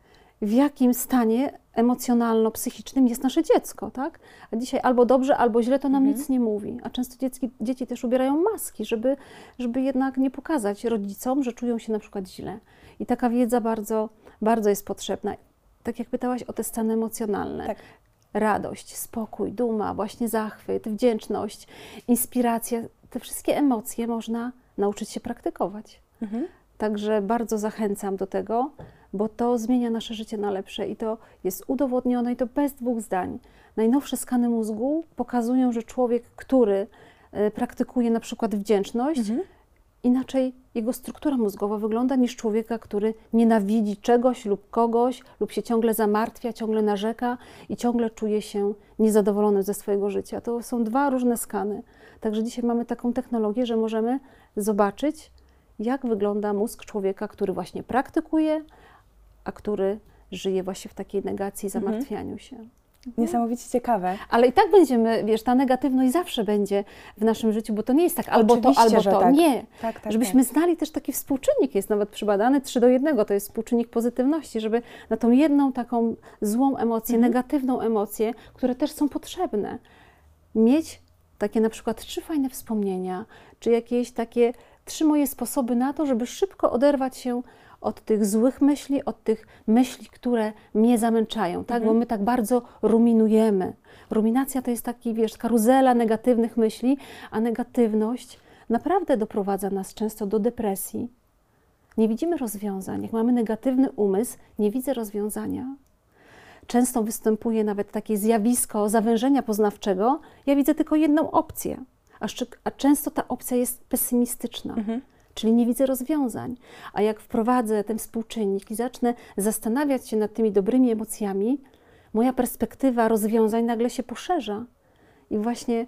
w jakim stanie emocjonalno-psychicznym jest nasze dziecko, tak? A dzisiaj albo dobrze, albo źle, to nam nic nie mówi. A często dzieci też ubierają maski, żeby jednak nie pokazać rodzicom, że czują się na przykład źle. I taka wiedza bardzo, bardzo jest potrzebna. Tak jak pytałaś o te stany emocjonalne. Tak. Radość, spokój, duma, właśnie zachwyt, wdzięczność, inspiracja. Te wszystkie emocje można nauczyć się praktykować. Także bardzo zachęcam do tego, bo to zmienia nasze życie na lepsze i to jest udowodnione i to bez 2 zdań. Najnowsze skany mózgu pokazują, że człowiek, który praktykuje na przykład wdzięczność, inaczej jego struktura mózgowa wygląda niż człowieka, który nienawidzi czegoś lub kogoś, lub się ciągle zamartwia, ciągle narzeka i ciągle czuje się niezadowolony ze swojego życia. To są 2 różne skany. Także dzisiaj mamy taką technologię, że możemy zobaczyć, jak wygląda mózg człowieka, który właśnie praktykuje, a który żyje właśnie w takiej negacji, zamartwianiu się. Niesamowicie ciekawe. Ale i tak będziemy, wiesz, ta negatywność zawsze będzie w naszym życiu, bo to nie jest tak albo to, Oczywiście, albo że to. tak. Nie. Tak, Żebyśmy znali też taki współczynnik, jest nawet przybadany 3:1, to jest współczynnik pozytywności, żeby na tą jedną taką złą emocję, negatywną emocję, które też są potrzebne, mieć takie na przykład 3 fajne wspomnienia, czy jakieś takie 3 moje sposoby na to, żeby szybko oderwać się od tych złych myśli, od tych myśli, które mnie zamęczają, tak? Bo my tak bardzo ruminujemy. Ruminacja to jest taki, wiesz, karuzela negatywnych myśli, a negatywność naprawdę doprowadza nas często do depresji. Nie widzimy rozwiązań. Jak mamy negatywny umysł, nie widzę rozwiązania. Często występuje nawet takie zjawisko zawężenia poznawczego. Ja widzę tylko jedną opcję, a często ta opcja jest pesymistyczna. Czyli nie widzę rozwiązań. A jak wprowadzę ten współczynnik i zacznę zastanawiać się nad tymi dobrymi emocjami, moja perspektywa rozwiązań nagle się poszerza. I właśnie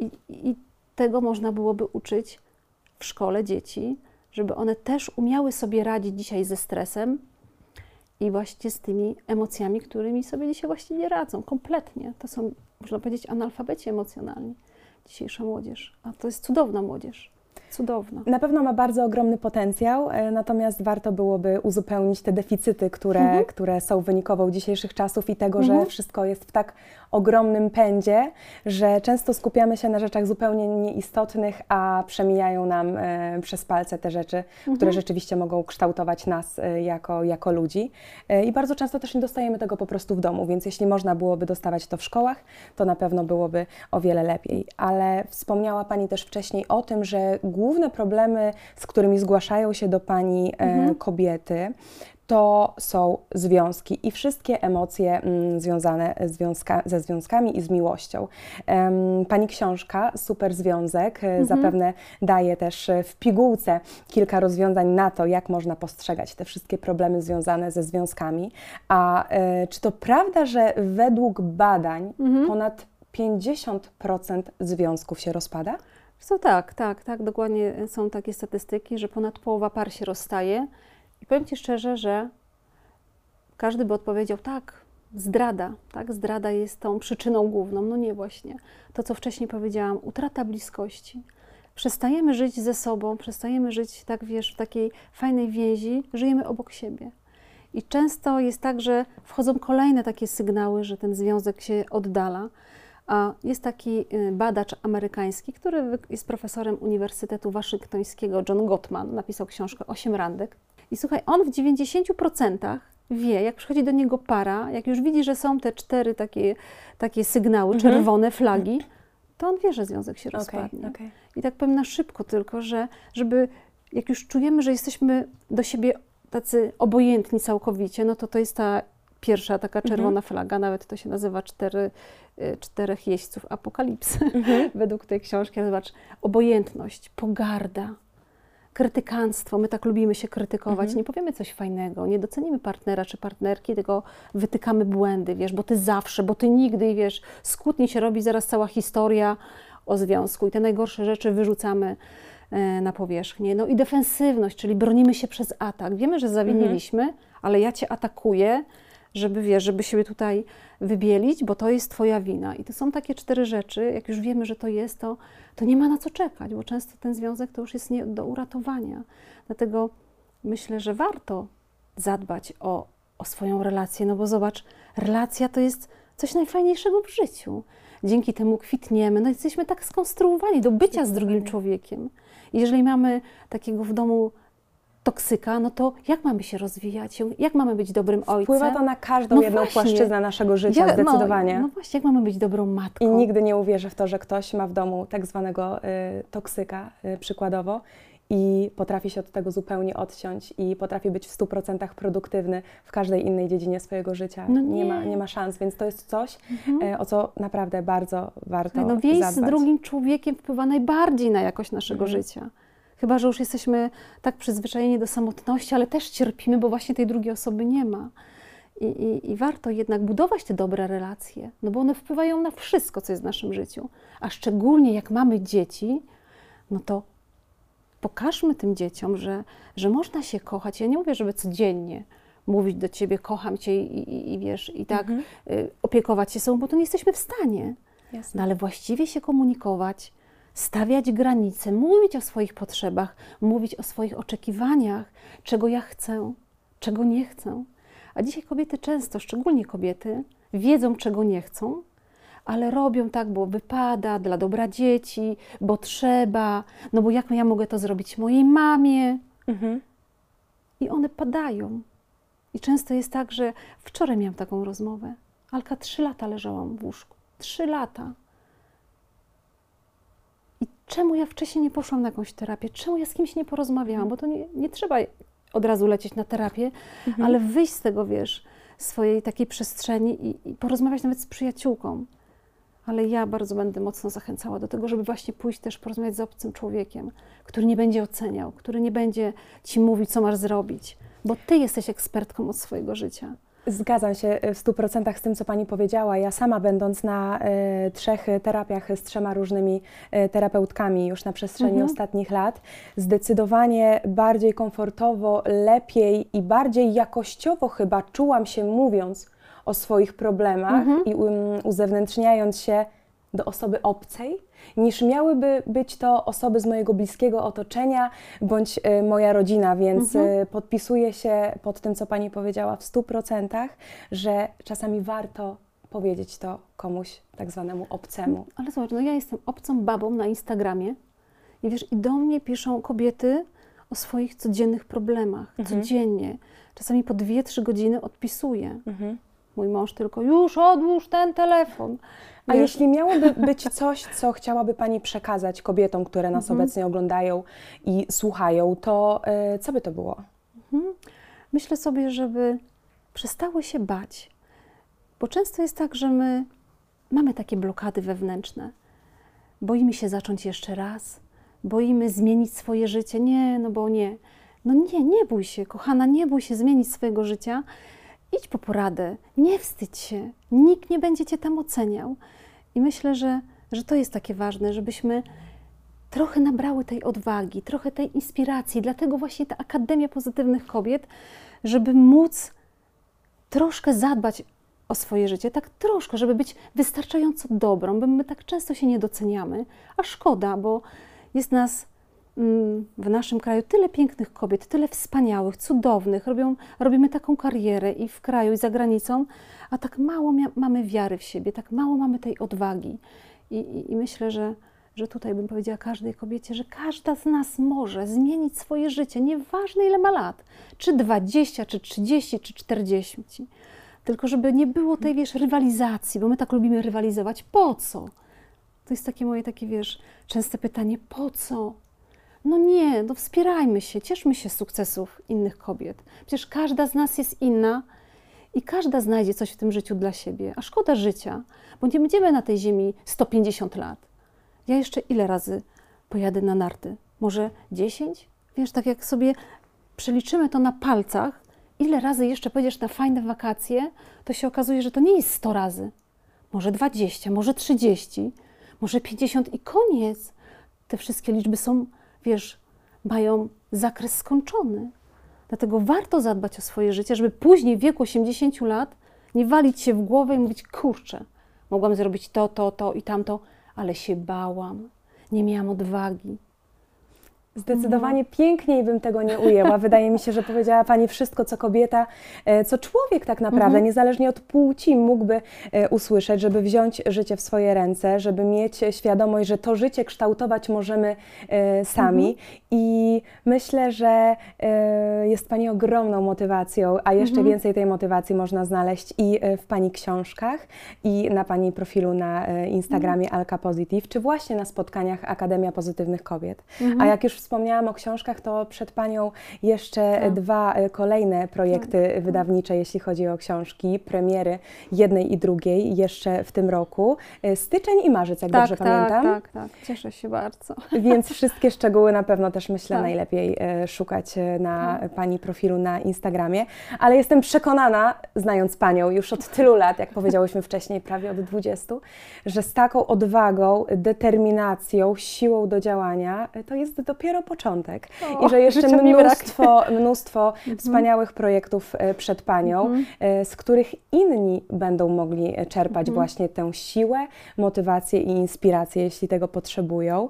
i tego można byłoby uczyć w szkole dzieci, żeby one też umiały sobie radzić dzisiaj ze stresem i właśnie z tymi emocjami, którymi sobie dzisiaj właśnie nie radzą. Kompletnie. To są, można powiedzieć, analfabeci emocjonalni. Dzisiejsza młodzież. A to jest cudowna młodzież. Cudowna. Na pewno ma bardzo ogromny potencjał, natomiast warto byłoby uzupełnić te deficyty, które są wynikową dzisiejszych czasów i tego, że wszystko jest w tak ogromnym pędzie, że często skupiamy się na rzeczach zupełnie nieistotnych, a przemijają nam przez palce te rzeczy, które rzeczywiście mogą kształtować nas jako ludzi. I bardzo często też nie dostajemy tego po prostu w domu, więc jeśli można byłoby dostawać to w szkołach, to na pewno byłoby o wiele lepiej. Ale wspomniała Pani też wcześniej o tym, że główne problemy, z którymi zgłaszają się do Pani kobiety, to są związki i wszystkie emocje związane ze związkami i z miłością. Pani książka Super Związek zapewne daje też w pigułce kilka rozwiązań na to, jak można postrzegać te wszystkie problemy związane ze związkami. A czy to prawda, że według badań ponad 50% związków się rozpada? To tak, dokładnie są takie statystyki, że ponad połowa par się rozstaje. I powiem Ci szczerze, że każdy by odpowiedział, tak, zdrada jest tą przyczyną główną. No nie właśnie. To, co wcześniej powiedziałam, utrata bliskości. Przestajemy żyć ze sobą, przestajemy żyć, tak wiesz, w takiej fajnej więzi, żyjemy obok siebie. I często jest tak, że wchodzą kolejne takie sygnały, że ten związek się oddala. A jest taki badacz amerykański, który jest profesorem Uniwersytetu Waszyngtońskiego, John Gottman, napisał książkę 8 randek. I słuchaj, on w 90% wie, jak przychodzi do niego para, jak już widzi, że są te 4 takie sygnały, czerwone flagi, to on wie, że związek się rozpadnie. Okay. I tak powiem na szybko tylko, żeby jak już czujemy, że jesteśmy do siebie tacy obojętni całkowicie, no to jest ta pierwsza taka czerwona flaga, nawet to się nazywa 4 jeźdźców apokalipsy według tej książki. Zobacz, obojętność, pogarda, krytykanstwo, my tak lubimy się krytykować, nie powiemy coś fajnego, nie docenimy partnera czy partnerki, tylko wytykamy błędy, wiesz, bo ty zawsze, bo ty nigdy, i wiesz, z kłótni się robi zaraz cała historia o związku i te najgorsze rzeczy wyrzucamy na powierzchnię. No i defensywność, czyli bronimy się przez atak. Wiemy, że zawiniliśmy, ale ja cię atakuję, żeby, wiesz, żeby siebie tutaj wybielić, bo to jest twoja wina. I to są takie 4 rzeczy, jak już wiemy, że to jest, to nie ma na co czekać, bo często ten związek to już jest nie do uratowania. Dlatego myślę, że warto zadbać o swoją relację, no bo zobacz, relacja to jest coś najfajniejszego w życiu. Dzięki temu kwitniemy, no jesteśmy tak skonstruowani do bycia z drugim człowiekiem. I jeżeli mamy takiego w domu toksyka, no to jak mamy się rozwijać? Jak mamy być dobrym ojcem? Wpływa to na każdą jedną płaszczyznę naszego życia, zdecydowanie. No właśnie, jak mamy być dobrą matką? I nigdy nie uwierzę w to, że ktoś ma w domu tak zwanego toksyka, przykładowo, i potrafi się od tego zupełnie odciąć i potrafi być w 100% produktywny w każdej innej dziedzinie swojego życia. No nie ma szans, więc to jest coś, o co naprawdę bardzo warto no więź zadbać. z drugim człowiekiem wpływa najbardziej na jakość naszego życia. Chyba że już jesteśmy tak przyzwyczajeni do samotności, ale też cierpimy, bo właśnie tej drugiej osoby nie ma. I warto jednak budować te dobre relacje, no bo one wpływają na wszystko, co jest w naszym życiu. A szczególnie jak mamy dzieci, no to pokażmy tym dzieciom, że można się kochać. Ja nie mówię, żeby codziennie mówić do ciebie, kocham cię i wiesz, i tak opiekować się sobą, bo to nie jesteśmy w stanie. Jasne. No ale właściwie się komunikować, stawiać granice, mówić o swoich potrzebach, mówić o swoich oczekiwaniach, czego ja chcę, czego nie chcę. A dzisiaj kobiety często, szczególnie kobiety, wiedzą, czego nie chcą, ale robią tak, bo wypada, dla dobra dzieci, bo trzeba, no bo jak ja mogę to zrobić mojej mamie? I one padają. I często jest tak, że wczoraj miałam taką rozmowę. Alka 3 lata leżałam w łóżku. 3 lata. I czemu ja wcześniej nie poszłam na jakąś terapię? Czemu ja z kimś nie porozmawiałam? Bo to nie trzeba od razu lecieć na terapię, ale wyjść z tego, wiesz, swojej takiej przestrzeni i porozmawiać nawet z przyjaciółką. Ale ja bardzo będę mocno zachęcała do tego, żeby właśnie pójść też porozmawiać z obcym człowiekiem, który nie będzie oceniał, który nie będzie ci mówić, co masz zrobić, bo ty jesteś ekspertką od swojego życia. Zgadzam się w 100% z tym, co Pani powiedziała. Ja sama, będąc na 3 terapiach z 3 różnymi terapeutkami już na przestrzeni ostatnich lat, zdecydowanie bardziej komfortowo, lepiej i bardziej jakościowo chyba czułam się, mówiąc o swoich problemach i uzewnętrzniając się do osoby obcej, niż miałyby być to osoby z mojego bliskiego otoczenia bądź moja rodzina, więc podpisuję się pod tym, co Pani powiedziała w 100%, że czasami warto powiedzieć to komuś tak zwanemu obcemu. Ale zobacz, no ja jestem obcą babą na Instagramie i wiesz, i do mnie piszą kobiety o swoich codziennych problemach, codziennie. Czasami po 2-3 godziny odpisuję. Mój mąż tylko, już odłóż ten telefon. A jeśli miałoby być coś, co chciałaby Pani przekazać kobietom, które nas obecnie oglądają i słuchają, to co by to było? Myślę sobie, żeby przestały się bać, bo często jest tak, że my mamy takie blokady wewnętrzne. Boimy się zacząć jeszcze raz, boimy zmienić swoje życie. Nie, no bo nie. No nie bój się, kochana, nie bój się zmienić swojego życia. Idź po poradę, nie wstydź się, nikt nie będzie cię tam oceniał. I myślę, że to jest takie ważne, żebyśmy trochę nabrały tej odwagi, trochę tej inspiracji. Dlatego właśnie ta Akademia Pozytywnych Kobiet, żeby móc troszkę zadbać o swoje życie, tak troszkę, żeby być wystarczająco dobrą, bo my tak często się nie doceniamy, a szkoda, bo jest nas w naszym kraju tyle pięknych kobiet, tyle wspaniałych, cudownych, robimy taką karierę i w kraju, i za granicą, a tak mało mamy wiary w siebie, tak mało mamy tej odwagi. I myślę, że tutaj bym powiedziała każdej kobiecie, że każda z nas może zmienić swoje życie, nieważne ile ma lat, czy 20, czy 30, czy 40. Tylko żeby nie było tej, wiesz, rywalizacji, bo my tak lubimy rywalizować. Po co? To jest takie moje, wiesz, częste pytanie, po co? No nie, no wspierajmy się, cieszmy się z sukcesów innych kobiet. Przecież każda z nas jest inna i każda znajdzie coś w tym życiu dla siebie. A szkoda życia, bo nie będziemy na tej ziemi 150 lat. Ja jeszcze ile razy pojadę na narty? Może 10? Wiesz, tak jak sobie przeliczymy to na palcach, ile razy jeszcze pojedziesz na fajne wakacje, to się okazuje, że to nie jest 100 razy. Może 20, może 30, może 50 i koniec. Te wszystkie liczby są, wiesz, mają zakres skończony. Dlatego warto zadbać o swoje życie, żeby później w wieku 80 lat nie walić się w głowę i mówić, kurczę, mogłam zrobić to i tamto, ale się bałam, nie miałam odwagi. Zdecydowanie piękniej bym tego nie ujęła. Wydaje mi się, że powiedziała Pani wszystko, co kobieta, co człowiek tak naprawdę, niezależnie od płci, mógłby usłyszeć, żeby wziąć życie w swoje ręce, żeby mieć świadomość, że to życie kształtować możemy sami. I myślę, że jest Pani ogromną motywacją, a jeszcze więcej tej motywacji można znaleźć i w Pani książkach, i na Pani profilu na Instagramie Alka Positive, czy właśnie na spotkaniach Akademia Pozytywnych Kobiet. A jak już wspomniałam o książkach, to przed Panią jeszcze 2 kolejne projekty wydawnicze, jeśli chodzi o książki, premiery jednej i drugiej jeszcze w tym roku. Styczeń i marzec, jak dobrze pamiętam. Tak, cieszę się bardzo. Więc wszystkie szczegóły na pewno też myślę najlepiej szukać na Pani profilu na Instagramie. Ale jestem przekonana, znając Panią już od tylu lat, jak powiedziałyśmy wcześniej, prawie od 20, że z taką odwagą, determinacją, siłą do działania to jest dopiero początek. I że jeszcze mnóstwo wspaniałych projektów przed Panią, z których inni będą mogli czerpać właśnie tę siłę, motywację i inspirację, jeśli tego potrzebują.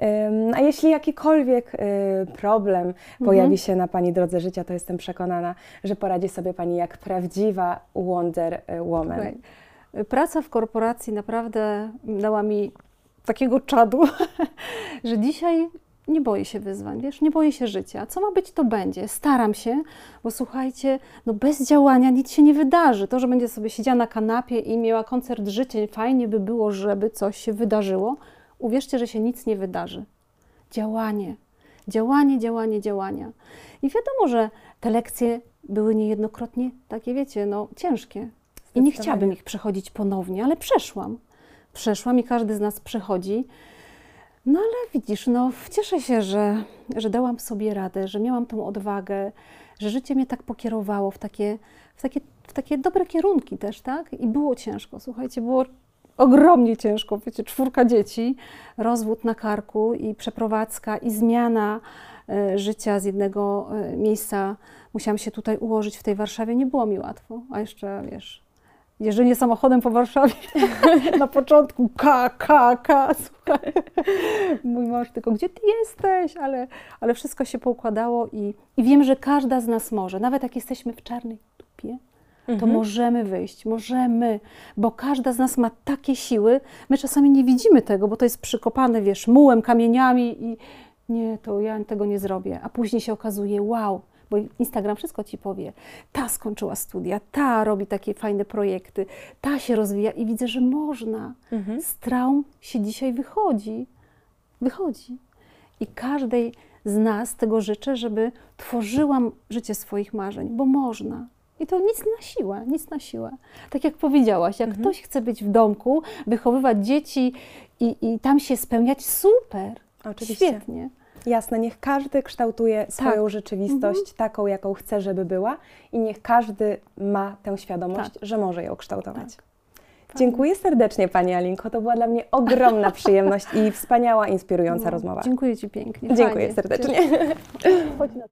A jeśli jakikolwiek problem pojawi się na Pani drodze życia, to jestem przekonana, że poradzi sobie Pani jak prawdziwa Wonder Woman. Praca w korporacji naprawdę dała mi takiego czadu, że dzisiaj nie boję się wyzwań, wiesz, nie boję się życia. Co ma być, to będzie. Staram się, bo słuchajcie, no bez działania nic się nie wydarzy. To, że będzie sobie siedziała na kanapie i miała koncert życia, fajnie by było, żeby coś się wydarzyło. Uwierzcie, że się nic nie wydarzy. Działanie. Działania. I wiadomo, że te lekcje były niejednokrotnie takie, wiecie, no ciężkie. I nie chciałabym ich przechodzić ponownie, ale przeszłam i każdy z nas przechodzi. No ale widzisz, no cieszę się, że dałam sobie radę, że miałam tą odwagę, że życie mnie tak pokierowało w takie dobre kierunki też, tak? I było ciężko, słuchajcie, było ogromnie ciężko, wiecie, 4 dzieci, rozwód na karku i przeprowadzka i zmiana życia z jednego miejsca. Musiałam się tutaj ułożyć w tej Warszawie, nie było mi łatwo, a jeszcze, wiesz, jeżdżenie samochodem po Warszawie na początku, słuchaj. Mój mąż tylko, gdzie ty jesteś? Ale wszystko się poukładało i wiem, że każda z nas może, nawet jak jesteśmy w czarnej dupie, to możemy wyjść, bo każda z nas ma takie siły, my czasami nie widzimy tego, bo to jest przykopane, wiesz, mułem, kamieniami i nie, to ja tego nie zrobię, a później się okazuje, wow, bo Instagram wszystko ci powie, ta skończyła studia, ta robi takie fajne projekty, ta się rozwija i widzę, że można. Z traum się dzisiaj wychodzi. I każdej z nas tego życzę, żeby tworzyła życie swoich marzeń, bo można. I to nic na siłę. Tak jak powiedziałaś, jak ktoś chce być w domku, wychowywać dzieci i tam się spełniać, super, oczywiście. Świetnie. Jasne, niech każdy kształtuje swoją rzeczywistość taką, jaką chce, żeby była i niech każdy ma tę świadomość, że może ją kształtować. Dziękuję serdecznie Pani Alinko, to była dla mnie ogromna przyjemność i wspaniała, inspirująca rozmowa. Dziękuję Ci pięknie. Dziękuję serdecznie.